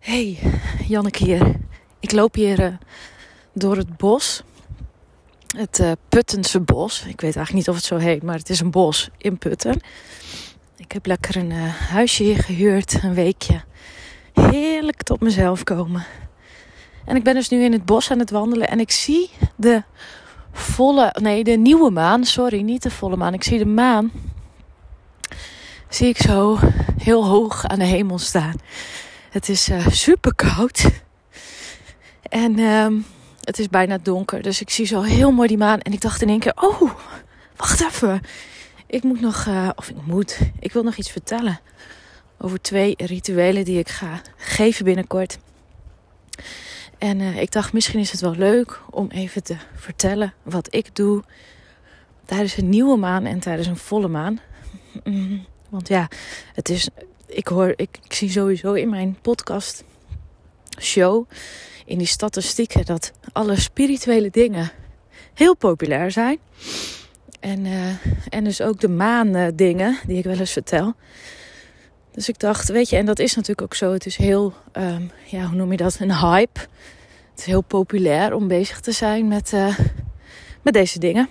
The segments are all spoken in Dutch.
Hey, Janneke hier. Ik loop hier door het bos. Het Puttense bos. Ik weet eigenlijk niet of het zo heet, maar het is een bos in Putten. Ik heb lekker een huisje hier gehuurd, een weekje. Heerlijk tot mezelf komen. En ik ben dus nu in het bos aan het wandelen en ik zie de nieuwe maan. Sorry, niet de volle maan. Ik zie de maan. Zie ik zo heel hoog aan de hemel staan. Het is super koud. En het is bijna donker. Dus ik zie zo heel mooi die maan. En ik dacht in één keer, oh, wacht even. Ik wil nog iets vertellen. Over 2 rituelen die ik ga geven binnenkort. En ik dacht, misschien is het wel leuk om even te vertellen wat ik doe tijdens een nieuwe maan en tijdens een volle maan. Want ja, het is... Ik zie sowieso in mijn podcast show, in die statistieken, dat alle spirituele dingen heel populair zijn. En dus ook de maan dingen die ik wel eens vertel. Dus ik dacht, weet je, en dat is natuurlijk ook zo. Het is heel, hoe noem je dat, een hype. Het is heel populair om bezig te zijn met deze dingen.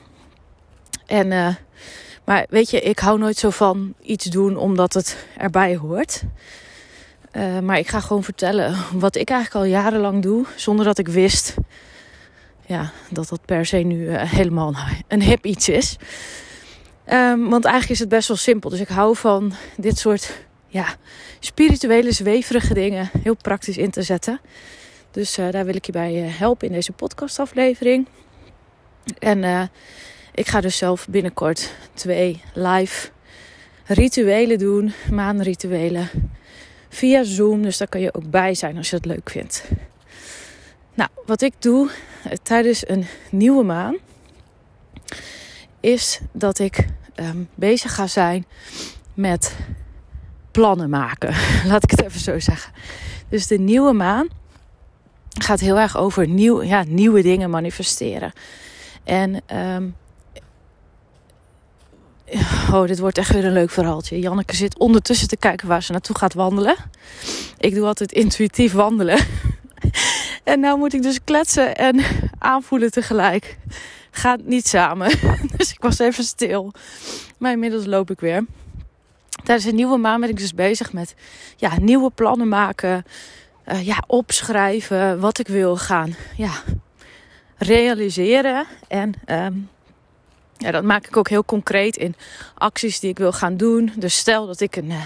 Maar weet je, ik hou nooit zo van iets doen omdat het erbij hoort. Maar ik ga gewoon vertellen wat ik eigenlijk al jarenlang doe. Zonder dat ik wist dat per se nu helemaal een hip iets is. Want eigenlijk is het best wel simpel. Dus ik hou van dit soort spirituele, zweverige dingen heel praktisch in te zetten. Dus daar wil ik je bij helpen in deze podcastaflevering. En... ik ga dus zelf binnenkort 2 live rituelen doen, maanrituelen, via Zoom. Dus daar kan je ook bij zijn als je het leuk vindt. Nou, wat ik doe tijdens een nieuwe maan is dat ik bezig ga zijn met plannen maken. Laat ik het even zo zeggen. Dus de nieuwe maan gaat heel erg over nieuwe dingen manifesteren. En... dit wordt echt weer een leuk verhaaltje. Janneke zit ondertussen te kijken waar ze naartoe gaat wandelen. Ik doe altijd intuïtief wandelen. En nou moet ik dus kletsen en aanvoelen tegelijk. Gaat niet samen. Dus ik was even stil. Maar inmiddels loop ik weer. Tijdens een nieuwe maan ben ik dus bezig met nieuwe plannen maken. Opschrijven wat ik wil gaan realiseren. En... dat maak ik ook heel concreet in acties die ik wil gaan doen. Dus stel dat ik een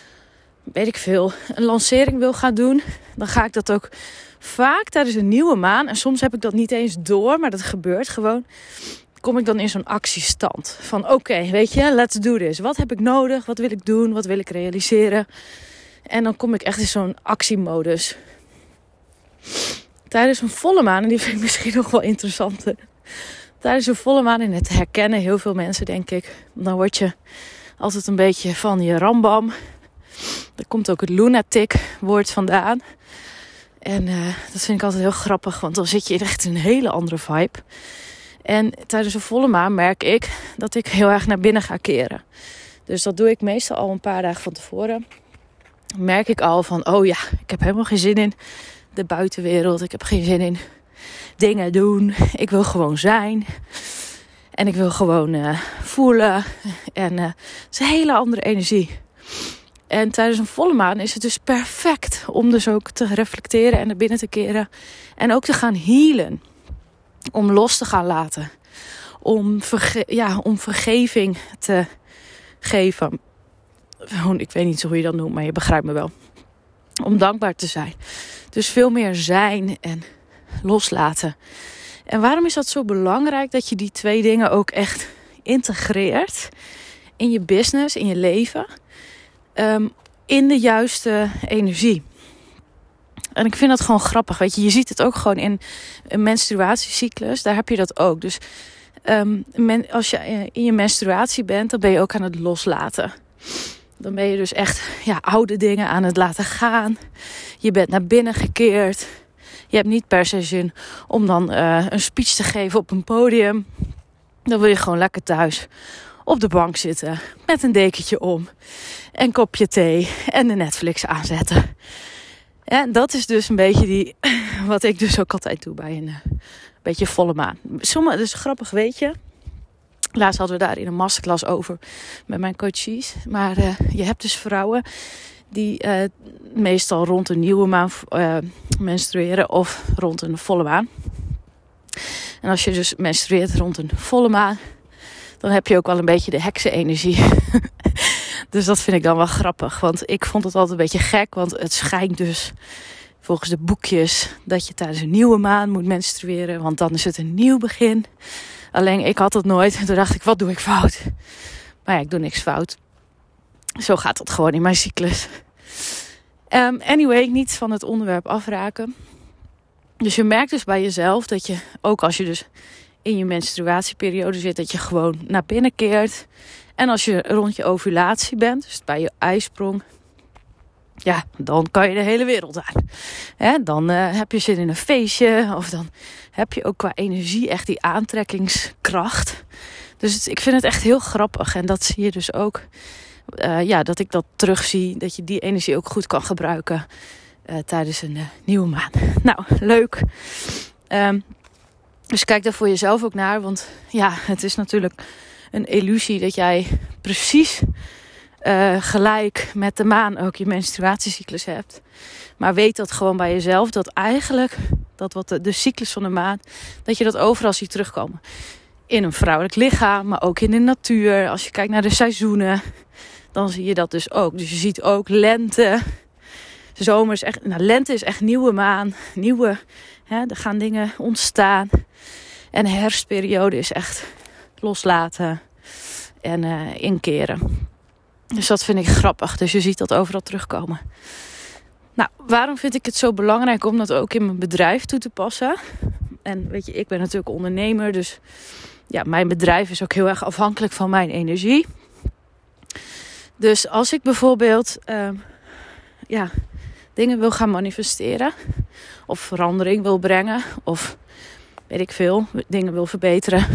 lancering wil gaan doen. Dan ga ik dat ook vaak tijdens een nieuwe maan. En soms heb ik dat niet eens door, maar dat gebeurt gewoon. Kom ik dan in zo'n actiestand. Van oké, weet je, let's do this. Wat heb ik nodig? Wat wil ik doen? Wat wil ik realiseren? En dan kom ik echt in zo'n actiemodus. Tijdens een volle maan, en die vind ik misschien nog wel interessanter. Tijdens een volle maan, en het herkennen heel veel mensen, denk ik. Dan word je altijd een beetje van je rambam. Daar komt ook het lunatic woord vandaan. En dat vind ik altijd heel grappig, want dan zit je echt in een hele andere vibe. En tijdens een volle maan merk ik dat ik heel erg naar binnen ga keren. Dus dat doe ik meestal al een paar dagen van tevoren. Merk ik al van, ik heb helemaal geen zin in de buitenwereld. Ik heb geen zin in... dingen doen. Ik wil gewoon zijn. En ik wil gewoon voelen. En het is een hele andere energie. En tijdens een volle maan is het dus perfect om dus ook te reflecteren en naar binnen te keren. En ook te gaan healen. Om los te gaan laten. Om vergeving te geven. Ik weet niet zo hoe je dat noemt, maar je begrijpt me wel. Om dankbaar te zijn. Dus veel meer zijn en loslaten. En waarom is dat zo belangrijk dat je die 2 dingen ook echt integreert in je business, in je leven, in de juiste energie? En ik vind dat gewoon grappig, weet je ziet het ook gewoon in een menstruatiecyclus, daar heb je dat ook. Dus als je in je menstruatie bent, dan ben je ook aan het loslaten. Dan ben je dus echt oude dingen aan het laten gaan. Je bent naar binnen gekeerd. Je hebt niet per se zin om dan een speech te geven op een podium. Dan wil je gewoon lekker thuis op de bank zitten. Met een dekentje om. En kopje thee. En de Netflix aanzetten. En dat is dus een beetje wat ik dus ook altijd doe bij een beetje volle maan. Dus grappig, weet je. Laatst hadden we daar in een masterclass over met mijn coaches. Maar je hebt dus vrouwen die meestal rond een nieuwe maan menstrueren of rond een volle maan. En als je dus menstrueert rond een volle maan, dan heb je ook wel een beetje de heksenenergie. Dus dat vind ik dan wel grappig. Want ik vond het altijd een beetje gek. Want het schijnt dus volgens de boekjes dat je tijdens een nieuwe maan moet menstrueren. Want dan is het een nieuw begin. Alleen ik had het nooit. En toen dacht ik, wat doe ik fout? Maar ja, ik doe niks fout. Zo gaat het gewoon in mijn cyclus. Anyway, niet van het onderwerp afraken. Dus je merkt dus bij jezelf dat je, ook als je dus in je menstruatieperiode zit, dat je gewoon naar binnen keert. En als je rond je ovulatie bent, dus bij je ijsprong, ja, dan kan je de hele wereld aan. Dan heb je zin in een feestje, of dan heb je ook qua energie echt die aantrekkingskracht. Dus ik vind het echt heel grappig. En dat zie je dus ook, dat ik dat terugzie, dat je die energie ook goed kan gebruiken tijdens een nieuwe maan. Nou, leuk. Dus kijk daar voor jezelf ook naar, want ja, het is natuurlijk een illusie dat jij precies gelijk met de maan ook je menstruatiecyclus hebt. Maar weet dat gewoon bij jezelf, dat eigenlijk de cyclus van de maan, dat je dat overal ziet terugkomen. In een vrouwelijk lichaam, maar ook in de natuur. Als je kijkt naar de seizoenen, dan zie je dat dus ook. Dus je ziet ook lente. Zomer is echt, lente is echt nieuwe maan. Er gaan dingen ontstaan. En de herfstperiode is echt loslaten en inkeren. Dus dat vind ik grappig. Dus je ziet dat overal terugkomen. Nou, waarom vind ik het zo belangrijk om dat ook in mijn bedrijf toe te passen? En weet je, ik ben natuurlijk ondernemer. Dus ja, mijn bedrijf is ook heel erg afhankelijk van mijn energie. Dus als ik bijvoorbeeld dingen wil gaan manifesteren, of verandering wil brengen, of weet ik veel, dingen wil verbeteren,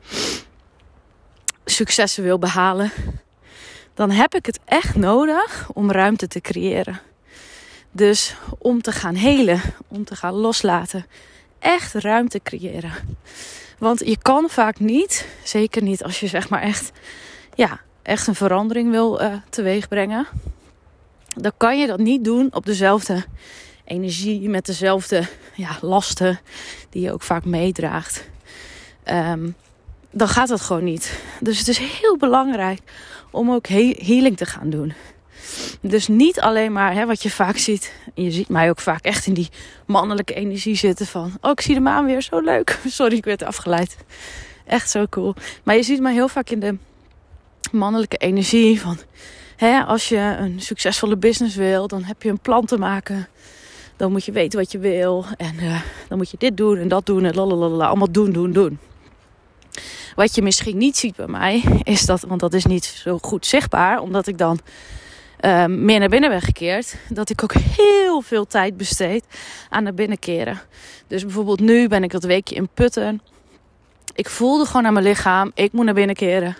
successen wil behalen, dan heb ik het echt nodig om ruimte te creëren. Dus om te gaan helen, om te gaan loslaten, echt ruimte creëren. Want je kan vaak niet, zeker niet als je zeg maar echt een verandering wil teweeg brengen, dan kan je dat niet doen op dezelfde energie, met dezelfde lasten die je ook vaak meedraagt. Dan gaat dat gewoon niet. Dus het is heel belangrijk om ook healing te gaan doen. Dus niet alleen maar wat je vaak ziet. En je ziet mij ook vaak echt in die mannelijke energie zitten van, oh, ik zie de maan weer, zo leuk. Sorry, ik werd afgeleid. Echt zo cool. Maar je ziet mij heel vaak in de mannelijke energie van, als je een succesvolle business wil, dan heb je een plan te maken. Dan moet je weten wat je wil. En dan moet je dit doen en dat doen en lalalala. Allemaal doen. Wat je misschien niet ziet bij mij, is dat, want dat is niet zo goed zichtbaar, omdat ik dan meer naar binnen ben gekeerd, dat ik ook heel veel tijd besteed aan naar binnen keren. Dus bijvoorbeeld nu ben ik dat weekje in Putten. Ik voelde gewoon aan mijn lichaam, ik moet naar binnen keren.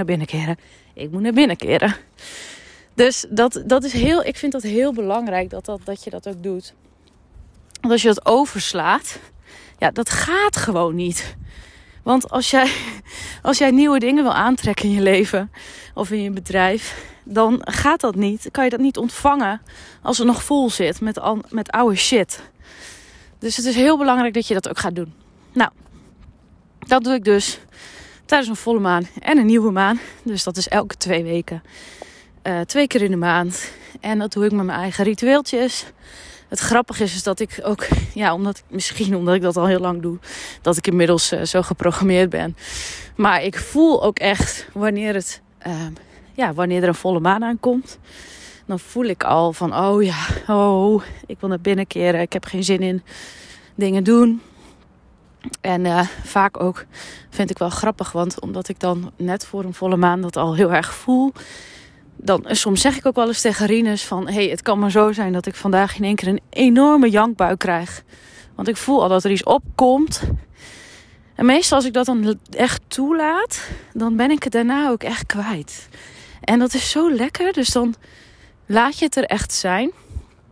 Dus dat is ik vind dat heel belangrijk dat je dat ook doet. Want als je dat overslaat, dat gaat gewoon niet. Want als jij nieuwe dingen wil aantrekken in je leven of in je bedrijf, dan gaat dat niet. Dan kan je dat niet ontvangen als het nog vol zit met oude shit. Dus het is heel belangrijk dat je dat ook gaat doen. Nou, dat doe ik dus tijdens een volle maan en een nieuwe maan. Dus dat is elke 2 weken. 2 keer in de maand. En dat doe ik met mijn eigen ritueeltjes. Het grappige is dat ik ook, omdat ik dat al heel lang doe, dat ik inmiddels zo geprogrammeerd ben. Maar ik voel ook echt wanneer er een volle maan aankomt, dan voel ik al van, ik wil naar binnen keren. Ik heb geen zin in dingen doen. En vaak ook vind ik wel grappig, want omdat ik dan net voor een volle maan dat al heel erg voel, dan soms zeg ik ook wel eens tegen Rinus van, het kan maar zo zijn dat ik vandaag in één keer een enorme jankbui krijg. Want ik voel al dat er iets opkomt. En meestal als ik dat dan echt toelaat, dan ben ik het daarna ook echt kwijt. En dat is zo lekker, dus dan laat je het er echt zijn.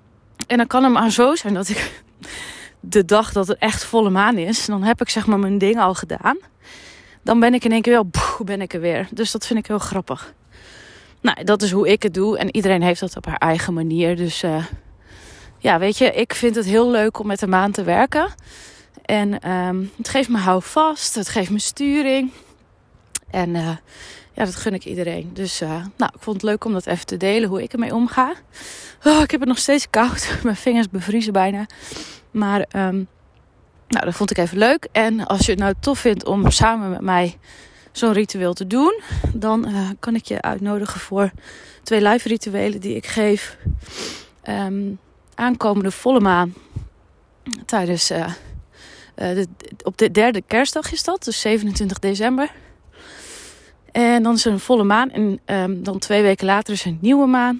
En dan kan het maar zo zijn dat ik de dag dat het echt volle maan is, dan heb ik zeg maar mijn ding al gedaan. Dan ben ik in één keer wel, ben ik er weer. Dus dat vind ik heel grappig. Nou, dat is hoe ik het doe. En iedereen heeft dat op haar eigen manier. Dus ja, weet je, ik vind het heel leuk om met de maan te werken. En het geeft me houvast. Het geeft me sturing. En ja, dat gun ik iedereen. Dus nou, ik vond het leuk om dat even te delen, hoe ik ermee omga. Oh, ik heb het nog steeds koud. Mijn vingers bevriezen bijna. Maar nou, dat vond ik even leuk. En als je het nou tof vindt om samen met mij zo'n ritueel te doen, dan kan ik je uitnodigen voor 2 live rituelen die ik geef aankomende volle maan. Tijdens op de 3e kerstdag is dat, dus 27 december. En dan is er een volle maan en dan 2 weken later is er een nieuwe maan.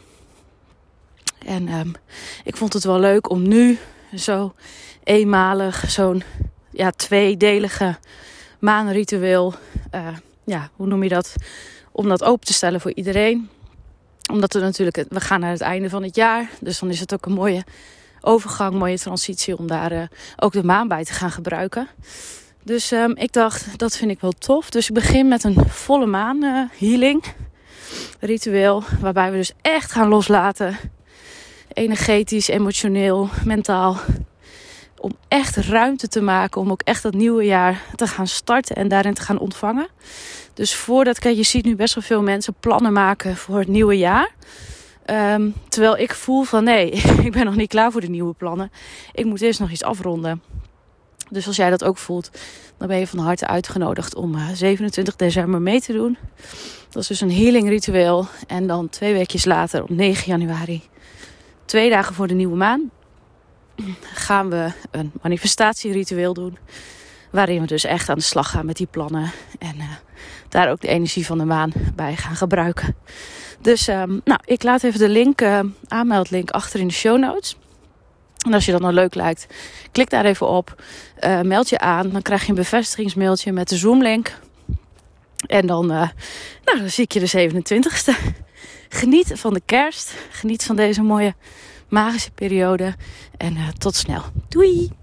En ik vond het wel leuk om nu zo eenmalig zo'n 2-delige maanritueel, hoe noem je dat? Om dat open te stellen voor iedereen. Omdat we gaan naar het einde van het jaar. Dus dan is het ook een mooie overgang, mooie transitie om daar ook de maan bij te gaan gebruiken. Dus ik dacht, dat vind ik wel tof. Dus ik begin met een volle maan healing ritueel. Waarbij we dus echt gaan loslaten. Energetisch, emotioneel, mentaal. Om echt ruimte te maken. Om ook echt dat nieuwe jaar te gaan starten en daarin te gaan ontvangen. Dus je ziet nu best wel veel mensen plannen maken voor het nieuwe jaar. Terwijl ik voel van nee, ik ben nog niet klaar voor de nieuwe plannen. Ik moet eerst nog iets afronden. Dus als jij dat ook voelt, dan ben je van harte uitgenodigd om 27 december mee te doen. Dat is dus een healing ritueel. En dan 2 weekjes later, op 9 januari, 2 dagen voor de nieuwe maan, gaan we een manifestatieritueel doen. Waarin we dus echt aan de slag gaan met die plannen. En daar ook de energie van de maan bij gaan gebruiken. Dus ik laat even de aanmeldlink achter in de show notes. En als je dat nou leuk lijkt, klik daar even op. Meld je aan. Dan krijg je een bevestigingsmailtje met de Zoom-link. En dan zie ik je de 27e. Geniet van de kerst. Geniet van deze mooie magische periode. En tot snel. Doei!